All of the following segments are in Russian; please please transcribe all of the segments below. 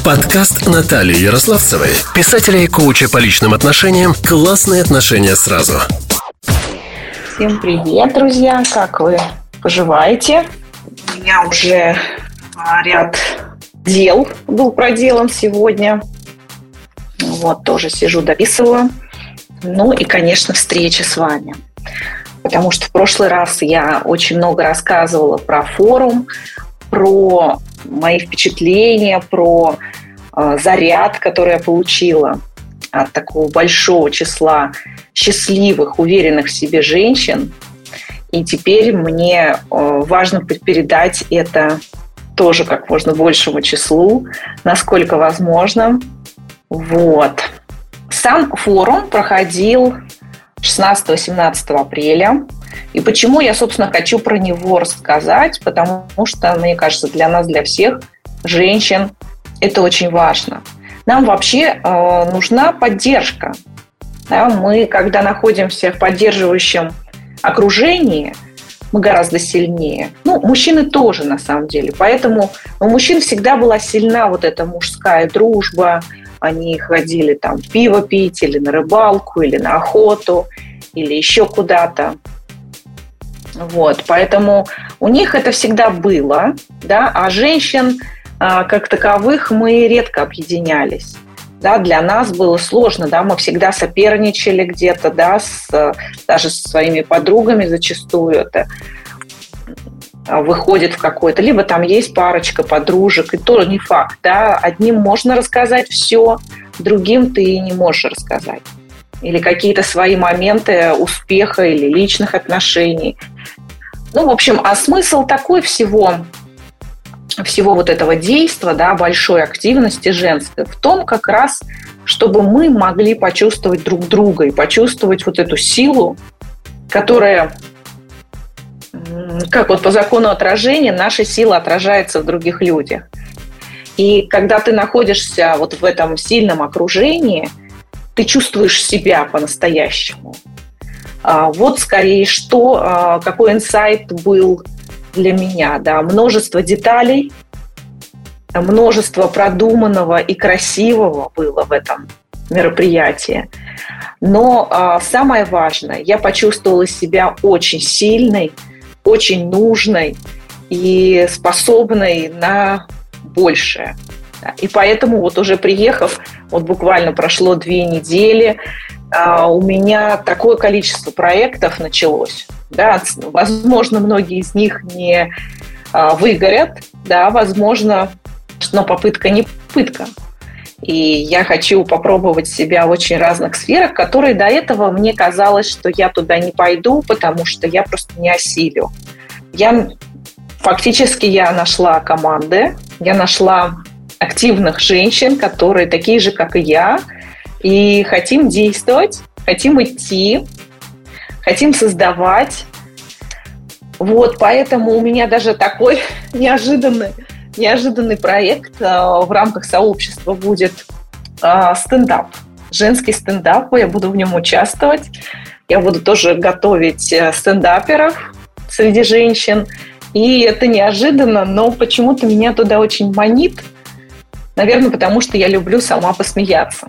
Подкаст Натальи Ярославцевой, писателя и коуча по личным отношениям «Классные отношения сразу». Всем привет, друзья! Как вы поживаете? У меня уже ряд дел был проделан сегодня. Вот, тоже сижу, дописываю. Ну и, конечно, встреча с вами. Потому что в прошлый раз я очень много рассказывала про форум, про мои впечатления, про заряд, который я получила от такого большого числа счастливых, уверенных в себе женщин. И теперь мне важно передать это тоже как можно большему числу, насколько возможно. Вот. Сам форум проходил 16-17 апреля. И почему я, собственно, хочу про него рассказать? Потому что, мне кажется, для нас, для всех женщин это очень важно. Нам вообще нужна поддержка. Да? Мы, когда находимся в поддерживающем окружении, мы гораздо сильнее. Ну, мужчины тоже, на самом деле. Поэтому у мужчин всегда была сильна вот эта мужская дружба. Они ходили там пиво пить, или на рыбалку, или на охоту, или еще куда-то. Вот, поэтому у них это всегда было, да, а женщин как таковых мы редко объединялись. Да, для нас было сложно, да, мы всегда соперничали где-то, да, даже со своими подругами зачастую это выходит в какой-то, либо там есть парочка подружек, и тоже не факт, да, одним можно рассказать все, другим ты не можешь рассказать. Или какие-то свои моменты успеха или личных отношений. Ну, в общем, а смысл такой всего вот этого действия, да, большой активности женской, в том как раз, чтобы мы могли почувствовать друг друга и почувствовать вот эту силу, которая, как вот по закону отражения, наша сила отражается в других людях. И когда ты находишься вот в этом сильном окружении, ты чувствуешь себя по-настоящему. Вот скорее какой инсайт был для меня. Да? Множество деталей, множество продуманного и красивого было в этом мероприятии. Но самое важное, я почувствовала себя очень сильной, очень нужной и способной на большее. И поэтому вот уже приехав, вот буквально прошло 2 недели, у меня такое количество проектов началось. Да, возможно, многие из них не выгорят, да, возможно, но попытка не пытка. И я хочу попробовать себя в очень разных сферах, которые до этого мне казалось, что я туда не пойду, потому что я просто не осилю. Фактически я нашла команды, я нашла активных женщин, которые такие же, как и я, и хотим действовать, хотим идти, хотим создавать. Вот, поэтому у меня даже такой неожиданный проект в рамках сообщества будет стендап, женский стендап, я буду в нем участвовать, я буду тоже готовить стендаперов среди женщин, и это неожиданно, но почему-то меня туда очень манит. Наверное, потому что я люблю сама посмеяться.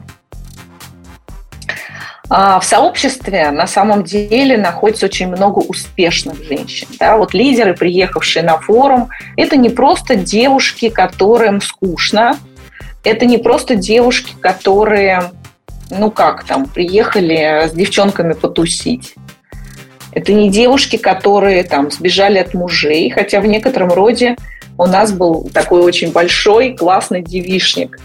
В сообществе на самом деле находится очень много успешных женщин. Да? Вот лидеры, приехавшие на форум, это не просто девушки, которым скучно, это не просто девушки, которые, приехали с девчонками потусить. Это не девушки, которые там сбежали от мужей, хотя в некотором роде у нас был такой очень большой, классный девичник.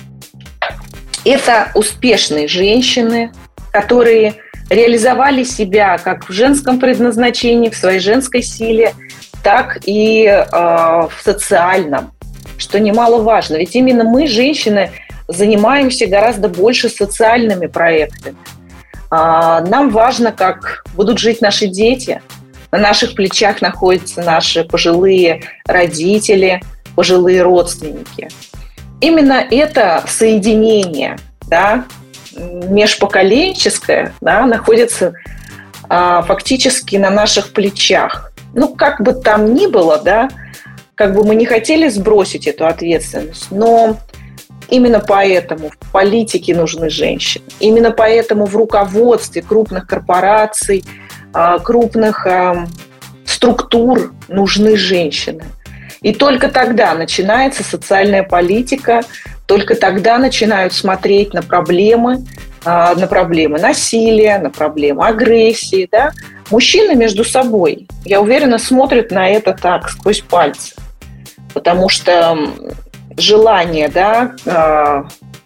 Это успешные женщины, которые реализовали себя как в женском предназначении, в своей женской силе, так и в социальном, что немаловажно. Ведь именно мы, женщины, занимаемся гораздо больше социальными проектами. Нам важно, как будут жить наши дети. На наших плечах находятся наши пожилые родители, пожилые родственники. Именно это соединение, да, межпоколенческое, да, находится фактически на наших плечах. Ну, как бы там ни было, да, как бы мы не хотели сбросить эту ответственность, но Именно поэтому в политике нужны женщины. Именно поэтому в руководстве крупных корпораций, крупных структур нужны женщины. И только тогда начинается социальная политика, только тогда начинают смотреть на проблемы насилия, на проблемы агрессии. Да? Мужчины между собой, я уверена, смотрят на это так, сквозь пальцы. Потому что желание, да,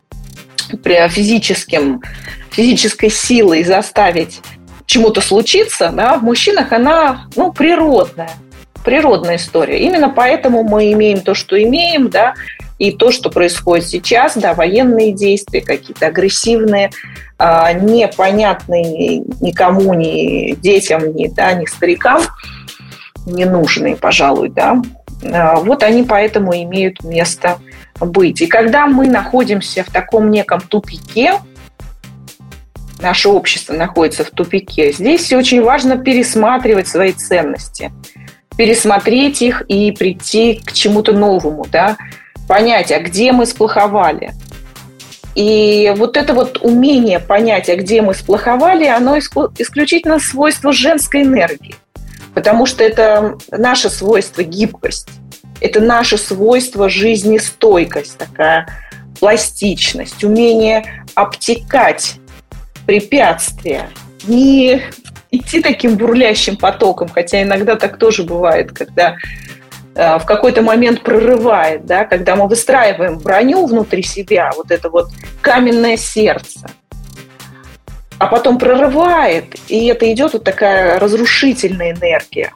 физической силой заставить чему-то случиться, да, в мужчинах она, природная история. Именно поэтому мы имеем то, что имеем, да, и то, что происходит сейчас, да, военные действия, какие-то агрессивные, непонятные никому, ни детям, ни старикам, ненужные, пожалуй, да. Вот они поэтому имеют место быть. И когда мы находимся в таком неком тупике, наше общество находится в тупике, здесь очень важно пересматривать свои ценности, пересмотреть их и прийти к чему-то новому, да, понять, а где мы сплоховали. И вот это вот умение понять, а где мы сплоховали, оно исключительно свойство женской энергии. Потому что это наше свойство гибкость, это наше свойство жизнестойкость, такая пластичность, умение обтекать препятствия, не идти таким бурлящим потоком, хотя иногда так тоже бывает, когда в какой-то момент прорывает, да, когда мы выстраиваем броню внутри себя, вот это вот каменное сердце, а потом прорывает, и это идет вот такая разрушительная энергия.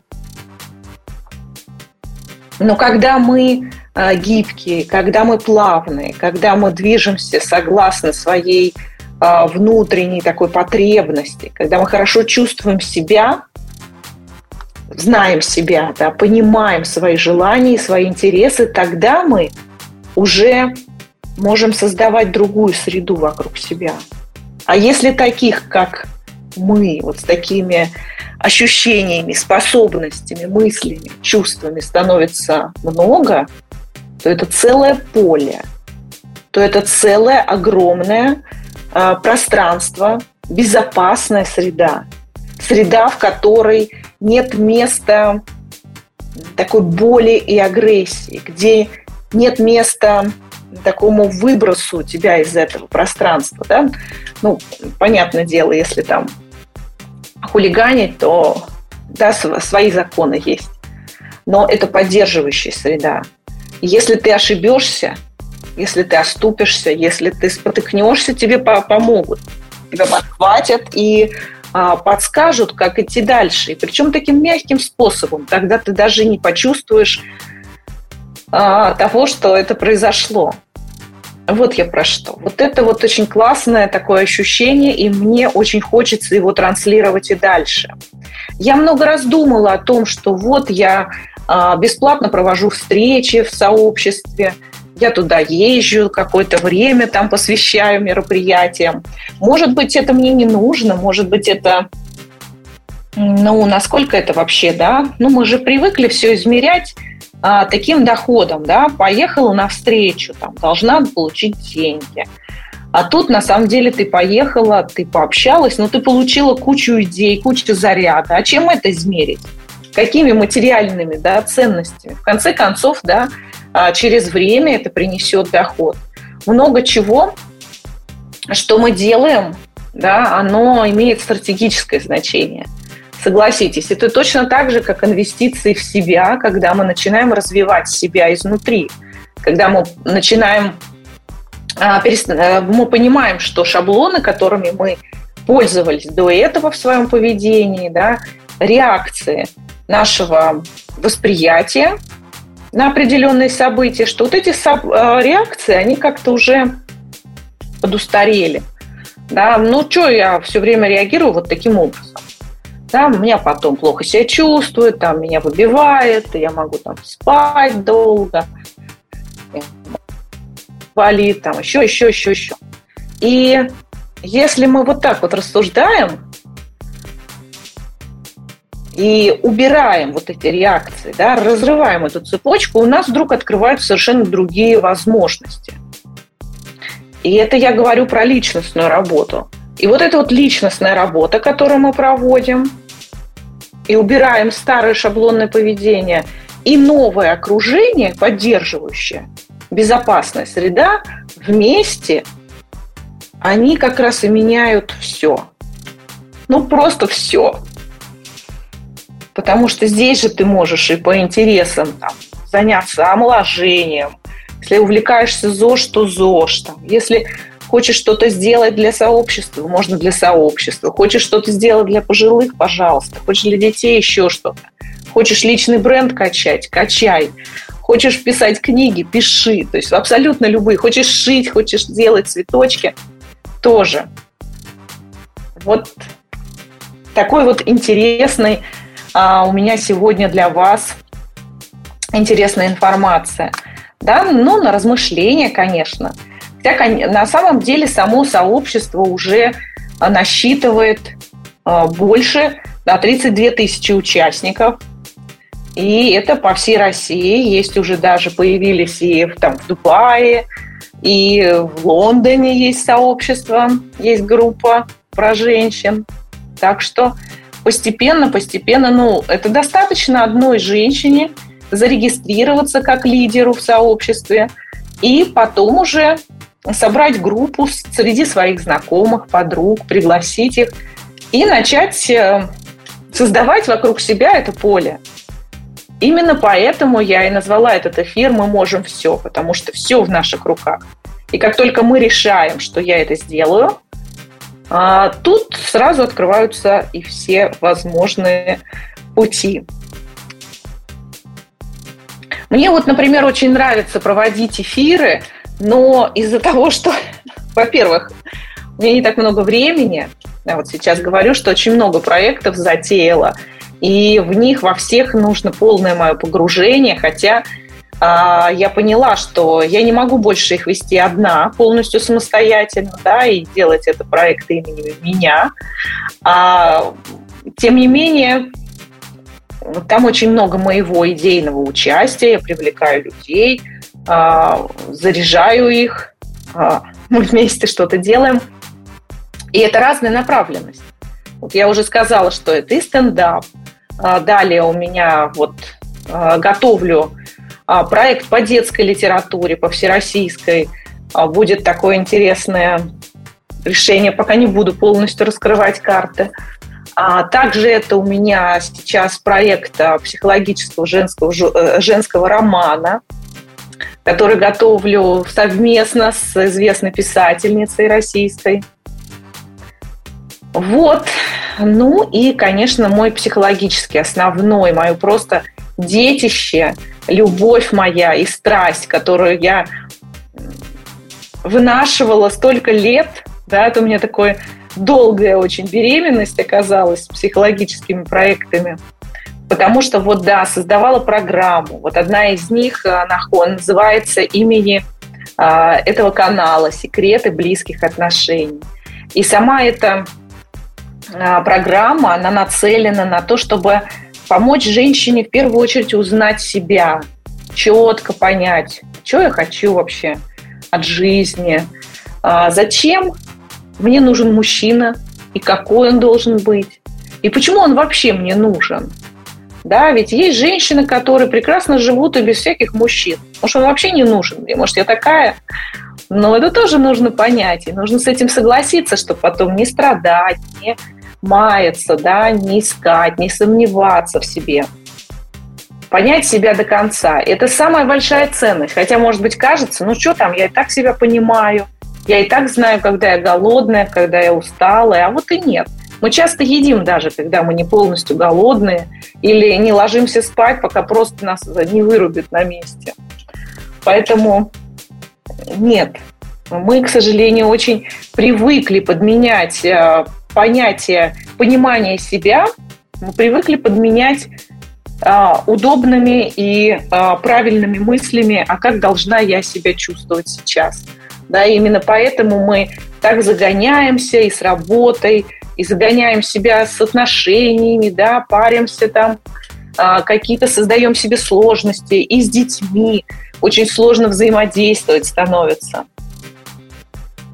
Но когда мы гибкие, когда мы плавные, когда мы движемся согласно своей внутренней такой потребности, когда мы хорошо чувствуем себя, знаем себя, да, понимаем свои желания, свои интересы, тогда мы уже можем создавать другую среду вокруг себя. А если таких, как мы, вот с такими ощущениями, способностями, мыслями, чувствами становится много, то это целое поле, то это целое огромное пространство, безопасная среда, среда, в которой нет места такой боли и агрессии, где нет места такому выбросу тебя из этого пространства. Да? Ну, понятное дело, если там хулиганить, то да, свои законы есть. Но это поддерживающая среда. И если ты ошибешься, если ты оступишься, если ты спотыкнешься, тебе помогут. Тебя подхватят и подскажут, как идти дальше. И причем таким мягким способом. Тогда ты даже не почувствуешь того, что это произошло. Вот я про что. Вот это вот очень классное такое ощущение, и мне очень хочется его транслировать и дальше. Я много раз думала о том, что вот я бесплатно провожу встречи в сообществе, я туда езжу, какое-то время там посвящаю мероприятиям. Может быть, это мне не нужно, может быть, это... насколько это вообще, да? Мы же привыкли все измерять таким доходом, да? Поехала на встречу, там, должна получить деньги. А тут, на самом деле, ты поехала, ты пообщалась, но ты получила кучу идей, кучу заряда. А чем это измерить? Какими материальными, да, ценностями? В конце концов, да, через время это принесет доход. Много чего, что мы делаем, да, оно имеет стратегическое значение. Согласитесь, это точно так же, как инвестиции в себя, когда мы начинаем развивать себя изнутри, когда мы начинаем, мы понимаем, что шаблоны, которыми мы пользовались до этого в своем поведении, да, реакции нашего восприятия на определенные события, что вот эти реакции, они как-то уже подустарели. Да? Что я все время реагирую вот таким образом? Да, меня потом плохо себя чувствует, там меня выбивает, я могу там спать долго, болит, там еще. И если мы вот так вот рассуждаем и убираем вот эти реакции, да, разрываем эту цепочку, у нас вдруг открываются совершенно другие возможности. И это я говорю про личностную работу. И вот эта вот личностная работа, которую мы проводим, и убираем старое шаблонное поведение, и новое окружение, поддерживающее, безопасная среда, вместе они как раз и меняют все. Ну, просто все. Потому что здесь же ты можешь и по интересам там, заняться омоложением. Если увлекаешься ЗОЖ, то ЗОЖ. Там. Если хочешь что-то сделать для сообщества, можно для сообщества. Хочешь что-то сделать для пожилых, пожалуйста. Хочешь для детей еще что-то. Хочешь личный бренд качать, качай. Хочешь писать книги, пиши. То есть абсолютно любые. Хочешь шить, хочешь делать цветочки, тоже. Вот такой вот интересный у меня сегодня для вас интересная информация. Да, ну, на размышления, конечно. Хотя на самом деле само сообщество уже насчитывает больше, 32 тысячи участников. И это по всей России. Есть уже даже появились и там, в Дубае, и в Лондоне есть сообщество, есть группа про женщин. Так что постепенно, ну, это достаточно одной женщине зарегистрироваться как лидеру в сообществе и потом уже собрать группу среди своих знакомых, подруг, пригласить их и начать создавать вокруг себя это поле. Именно поэтому я и назвала этот эфир «Мы можем все», потому что все в наших руках. И как только мы решаем, что я это сделаю, тут сразу открываются и все возможные пути. Мне вот, например, очень нравится проводить эфиры, но из-за того, что, во-первых, у меня не так много времени, я вот сейчас говорю, что очень много проектов затеяла, и в них во всех нужно полное мое погружение, хотя я поняла, что я не могу больше их вести одна, полностью самостоятельно, да, и делать это проект имени меня. Тем не менее, там очень много моего идейного участия, я привлекаю людей, заряжаю их, мы вместе что-то делаем. И это разная направленность. Вот я уже сказала, что это и стендап. Далее у меня вот готовлю проект по детской литературе, по всероссийской. Будет такое интересное решение, пока не буду полностью раскрывать карты. Также это у меня сейчас проект психологического женского романа, который готовлю совместно с известной писательницей российской. Вот. Ну и, конечно, мой психологический основной, мое просто детище, любовь моя и страсть, которую я вынашивала столько лет. Да, это у меня такое долгая очень беременность оказалась с психологическими проектами. Потому что вот, да, создавала программу. Вот одна из них называется имени этого канала «Секреты близких отношений». И сама эта программа, она нацелена на то, чтобы помочь женщине в первую очередь узнать себя, четко понять, что я хочу вообще от жизни, зачем мне нужен мужчина и какой он должен быть, и почему он вообще мне нужен. Да, ведь есть женщины, которые прекрасно живут и без всяких мужчин. Может, он вообще не нужен мне, может, я такая. Но это тоже нужно понять, и нужно с этим согласиться, чтобы потом не страдать, не маяться, да, не искать, не сомневаться в себе. Понять себя до конца. Это самая большая ценность. Хотя, может быть, кажется, ну что там, я и так себя понимаю, я и так знаю, когда я голодная, когда я усталая, а вот и нет. Мы часто едим даже, когда мы не полностью голодные, или не ложимся спать, пока просто нас не вырубят на месте. Поэтому нет. Мы, к сожалению, очень привыкли подменять понимание себя, мы привыкли подменять удобными и правильными мыслями, а как должна я себя чувствовать сейчас. Да, именно поэтому мы так загоняемся и с работой, и загоняем себя с отношениями, да, паримся там, какие-то создаем себе сложности, и с детьми очень сложно взаимодействовать становится.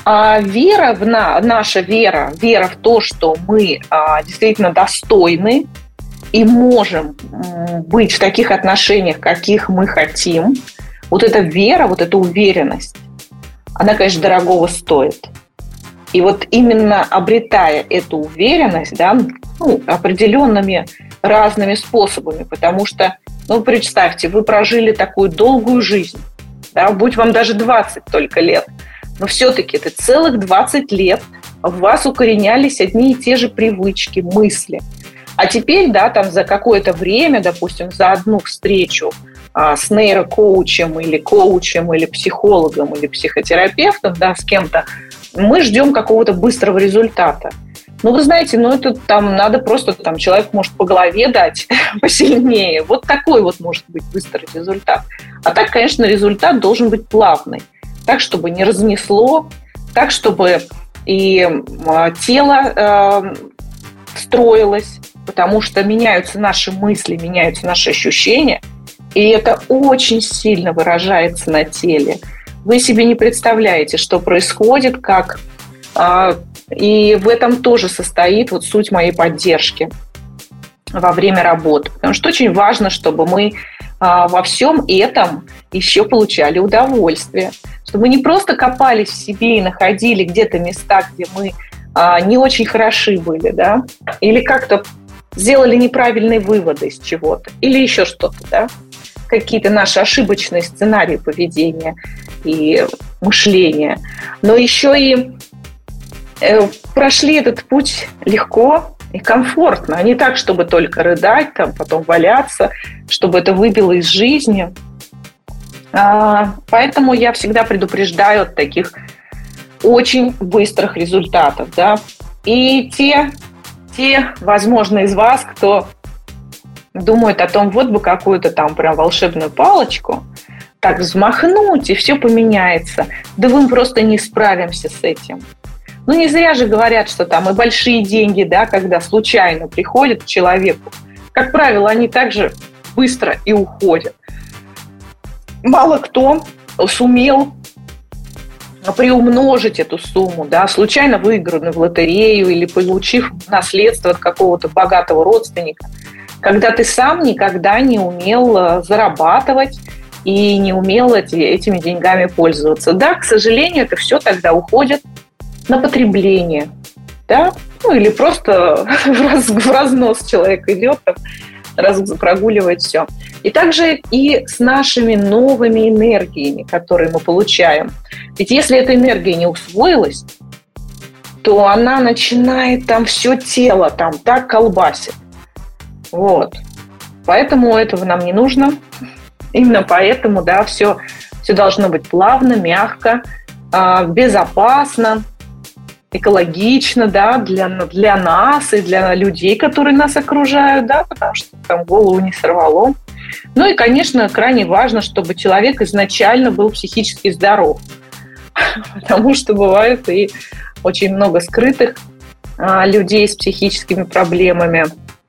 А вера наша вера в то, что мы действительно достойны и можем быть в таких отношениях, каких мы хотим, вот эта вера, вот эта уверенность, она, конечно, дорогого стоит. И вот именно обретая эту уверенность, да, определенными разными способами, потому что, представьте, вы прожили такую долгую жизнь, да, будь вам даже 20 только лет, но все-таки это целых 20 лет в вас укоренялись одни и те же привычки, мысли. А теперь, да, там за какое-то время, допустим, за одну встречу с нейрокоучем или психологом, или психотерапевтом, да, с кем-то, мы ждем какого-то быстрого результата. Вы знаете, это там надо просто, человек может по голове дать посильнее. Вот такой вот может быть быстрый результат. А так, конечно, результат должен быть плавный. Так, чтобы не разнесло, так, чтобы и тело строилось, потому что меняются наши мысли, меняются наши ощущения, и это очень сильно выражается на теле. Вы себе не представляете, что происходит, как... И в этом тоже состоит вот суть моей поддержки во время работы. Потому что очень важно, чтобы мы во всем этом еще получали удовольствие. Чтобы мы не просто копались в себе и находили где-то места, где мы не очень хороши были, да, или как-то сделали неправильные выводы из чего-то, или еще что-то, да, какие-то наши ошибочные сценарии поведения и мышления, но еще и прошли этот путь легко и комфортно, а не так, чтобы только рыдать, потом валяться, чтобы это выбило из жизни. Поэтому я всегда предупреждаю от таких очень быстрых результатов, да. И те, возможно, из вас, кто думает о том, вот бы какую-то там прям волшебную палочку, так взмахнуть, и все поменяется. Да мы просто не справимся с этим. Не зря же говорят, что там и большие деньги, да, когда случайно приходят к человеку, как правило, они также быстро и уходят. Мало кто сумел приумножить эту сумму, да, случайно выигранную в лотерею или получив наследство от какого-то богатого родственника, когда ты сам никогда не умел зарабатывать и не умел этими деньгами пользоваться. Да, к сожалению, это все тогда уходит на потребление, да, или просто в разнос человек идет, прогуливает все. И также и с нашими новыми энергиями, которые мы получаем. Ведь если эта энергия не усвоилась, то она начинает все тело так колбасит. Вот. Поэтому этого нам не нужно. Именно поэтому, да, все должно быть плавно, мягко, безопасно, экологично, да, для нас и для людей, которые нас окружают, да, потому что голову не сорвало. И, конечно, крайне важно, чтобы человек изначально был психически здоров, потому что бывает и очень много скрытых людей с психическими проблемами.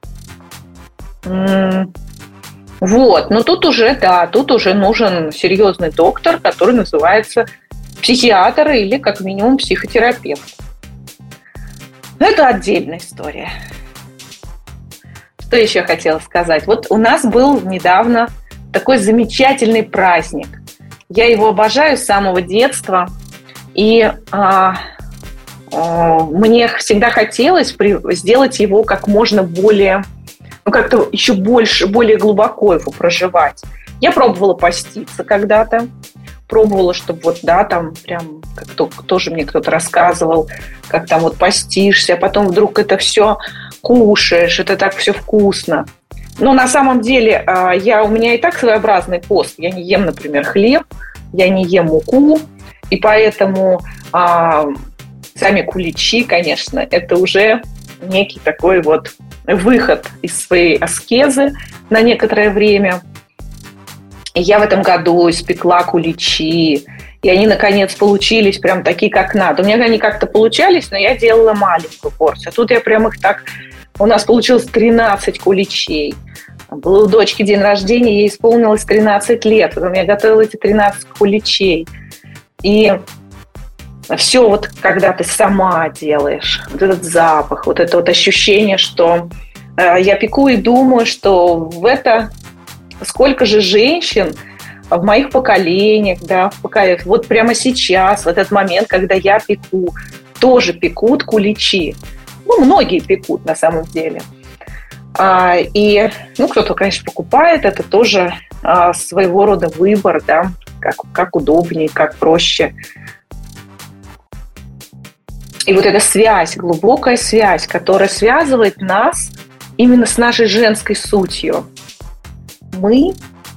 Вот, но тут уже нужен серьезный доктор, который называется психиатр или, как минимум, психотерапевт. Но это отдельная история. Что еще хотела сказать? Вот у нас был недавно такой замечательный праздник. Я его обожаю с самого детства. И мне всегда хотелось сделать его как можно более, как-то еще больше, более глубоко его проживать. Я пробовала поститься когда-то. Пробовала, чтобы прям, как тоже мне кто-то рассказывал, как постишься, а потом вдруг это все кушаешь, это так все вкусно. Но на самом деле у меня и так своеобразный пост. Я не ем, например, хлеб, я не ем муку, и поэтому сами куличи, конечно, это уже некий такой вот выход из своей аскезы на некоторое время. И я в этом году испекла куличи, и они, наконец, получились прям такие, как надо. У меня они как-то получались, но я делала маленькую порцию. Тут я прям их так... У нас получилось 13 куличей. Был у дочки день рождения, ей исполнилось 13 лет. Потом я готовила эти 13 куличей. И все вот, когда ты сама делаешь, вот этот запах, вот это вот ощущение, что я пеку и думаю, что в это сколько же женщин в моих поколениях, да, вот прямо сейчас, в этот момент, когда я пеку, тоже пекут куличи. Ну, многие пекут на самом деле. И, кто-то, конечно, покупает, это тоже своего рода выбор, да, как удобнее, как проще. И вот эта связь, глубокая связь, которая связывает нас именно с нашей женской сутью. Мы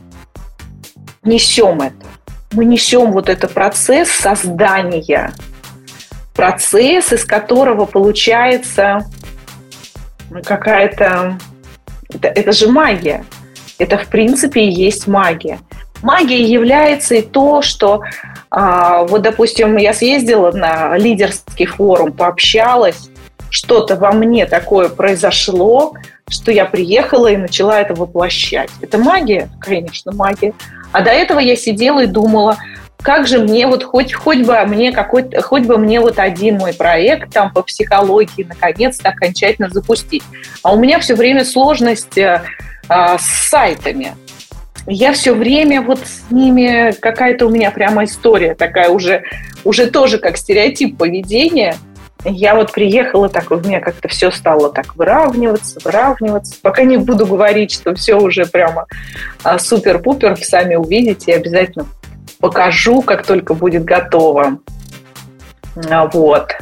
несем это. Мы несем вот этот процесс создания. Процесс, из которого получается какая-то... Это же магия. Это, в принципе, и есть магия. Магией является и то, что, вот, допустим, я съездила на лидерский форум, пообщалась, что-то во мне такое произошло, что я приехала и начала это воплощать. Это магия? Конечно, магия. А до этого я сидела и думала, как же мне вот хоть бы мне вот один мой проект там по психологии наконец-то окончательно запустить. А у меня все время сложность с сайтами. Я все время вот с ними, какая-то у меня прямо история такая уже тоже как стереотип поведения. Я вот приехала, так у меня как-то все стало так выравниваться. Пока не буду говорить, что все уже прямо супер-пупер, сами увидите, обязательно покажу, как только будет готово. Вот.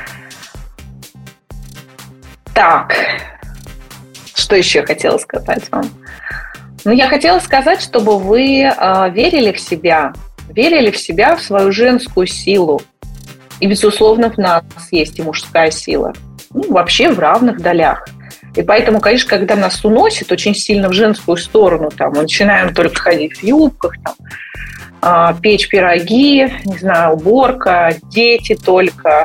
Так, что еще хотела сказать вам? Я хотела сказать, чтобы вы верили в себя, в свою женскую силу. И, безусловно, в нас есть и мужская сила. Вообще в равных долях. И поэтому, конечно, когда нас уносит очень сильно в женскую сторону, там, мы начинаем только ходить в юбках, там, печь пироги, не знаю, уборка, дети только,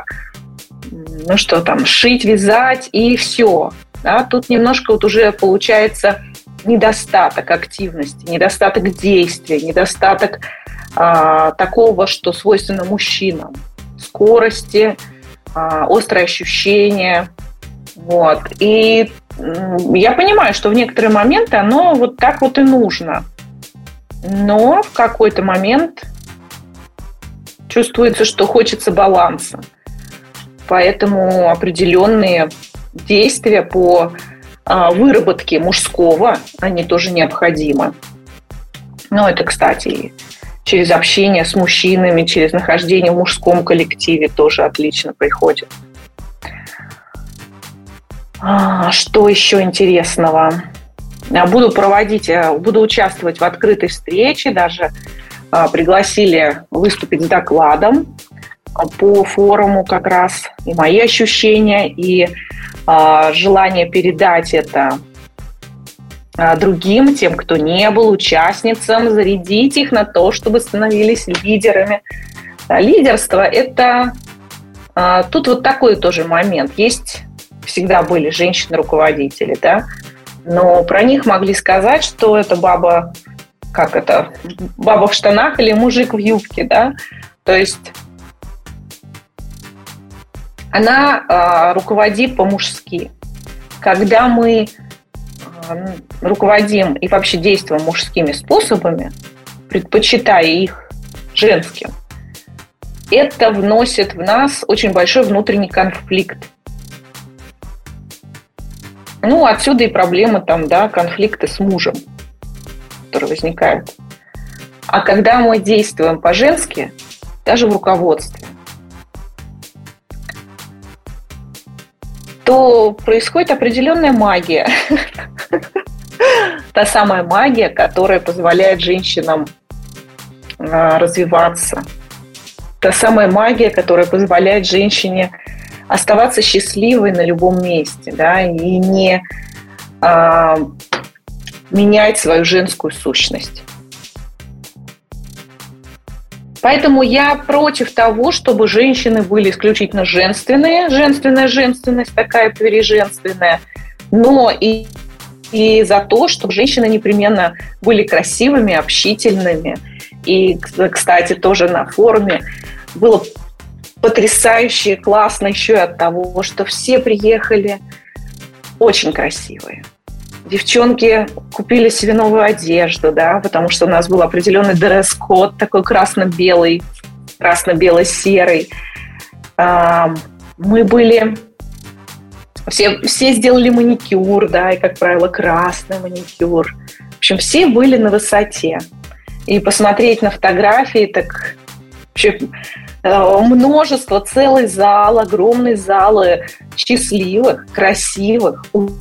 шить, вязать и все. Да? Тут немножко вот уже получается недостаток активности, недостаток действия, недостаток такого, что свойственно мужчинам. Скорости, острые ощущения. Вот. И я понимаю, что в некоторые моменты оно вот так вот и нужно. Но в какой-то момент чувствуется, что хочется баланса. Поэтому определенные действия по выработке мужского, они тоже необходимы. Это, кстати, через общение с мужчинами, через нахождение в мужском коллективе тоже отлично приходит. Что еще интересного? Буду участвовать в открытой встрече, даже пригласили выступить с докладом по форуму как раз. И мои ощущения, и желание передать это другим, тем, кто не был, участницам, зарядить их на то, чтобы становились лидерами. Лидерство – это... Тут вот такой тоже момент. Всегда были женщины-руководители, да? Но про них могли сказать, что это баба в штанах или мужик в юбке, да? То есть она руководит по-мужски. Когда мы руководим и вообще действуем мужскими способами, предпочитая их женским, это вносит в нас очень большой внутренний конфликт. Отсюда и проблемы конфликты с мужем, которые возникают. А когда мы действуем по-женски, даже в руководстве, то происходит определенная магия. Та самая магия, которая позволяет женщинам развиваться. Та самая магия, которая позволяет женщине оставаться счастливой на любом месте, да, и не менять свою женскую сущность. Поэтому я против того, чтобы женщины были исключительно женственные, женственность такая переженственная, но и за то, чтобы женщины непременно были красивыми, общительными. И, кстати, тоже на форуме было потрясающе, классно еще и от того, что все приехали очень красивые. Девчонки купили себе новую одежду, да, потому что у нас был определенный дресс-код, такой красно-белый, красно-бело-серый. Мы были... Все сделали маникюр, да, и, как правило, красный маникюр. В общем, все были на высоте. И посмотреть на фотографии, так вообще множество, целый зал, огромные залы счастливых, красивых,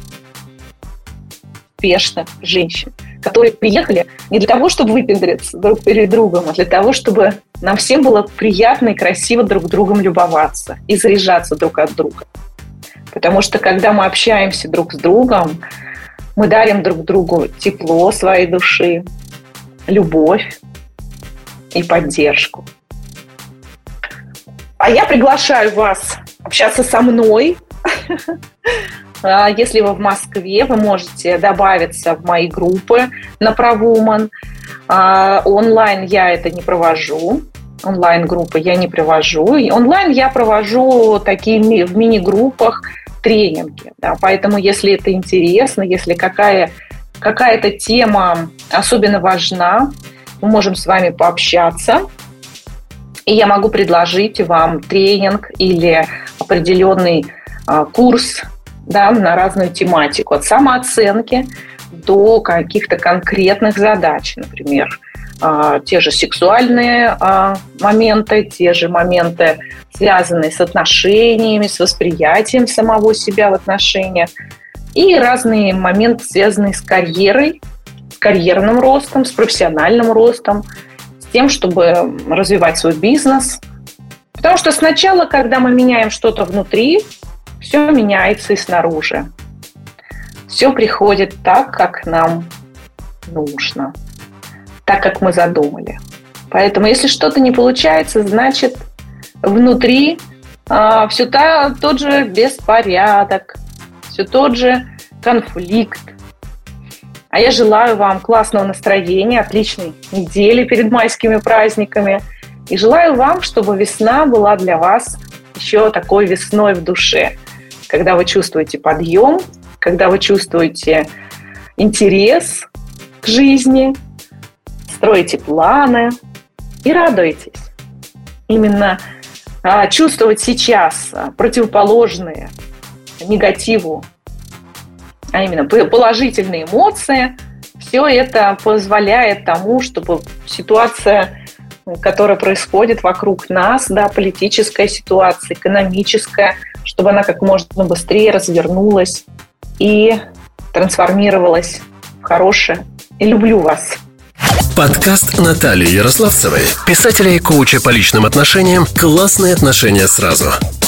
успешных женщин, которые приехали не для того, чтобы выпендриться друг перед другом, а для того, чтобы нам всем было приятно и красиво друг другом любоваться и заряжаться друг от друга. Потому что, когда мы общаемся друг с другом, мы дарим друг другу тепло своей души, любовь и поддержку. А я приглашаю вас общаться со мной. Если вы в Москве, вы можете добавиться в мои группы на ProWoman. Онлайн я это не провожу. Онлайн-группы я не провожу. И онлайн я провожу такие в мини-группах тренинги. Да. Поэтому, если это интересно, если какая-то тема особенно важна, мы можем с вами пообщаться. И я могу предложить вам тренинг или определенный курс, да, на разную тематику. От самооценки до каких-то конкретных задач. Например, те же сексуальные моменты, те же моменты, связанные с отношениями, с восприятием самого себя в отношениях, и разные моменты, связанные с карьерой, с карьерным ростом, с профессиональным ростом, с тем, чтобы развивать свой бизнес. Потому что сначала, когда мы меняем что-то внутри, все меняется и снаружи. Все приходит так, как нам нужно, так, как мы задумали. Поэтому, если что-то не получается, значит, внутри все тот же беспорядок, все тот же конфликт. А я желаю вам классного настроения, отличной недели перед майскими праздниками. И желаю вам, чтобы весна была для вас еще такой весной в душе, когда вы чувствуете подъем, когда вы чувствуете интерес к жизни, строите планы и радуетесь. Именно чувствовать сейчас противоположные негативу, а именно положительные эмоции, все это позволяет тому, чтобы ситуация, которая происходит вокруг нас, да, политическая ситуация, экономическая, чтобы она как можно быстрее развернулась и трансформировалась в хорошее. И люблю вас. Подкаст Натальи Ярославцевой, писателя и коуча по личным отношениям «Классные отношения сразу».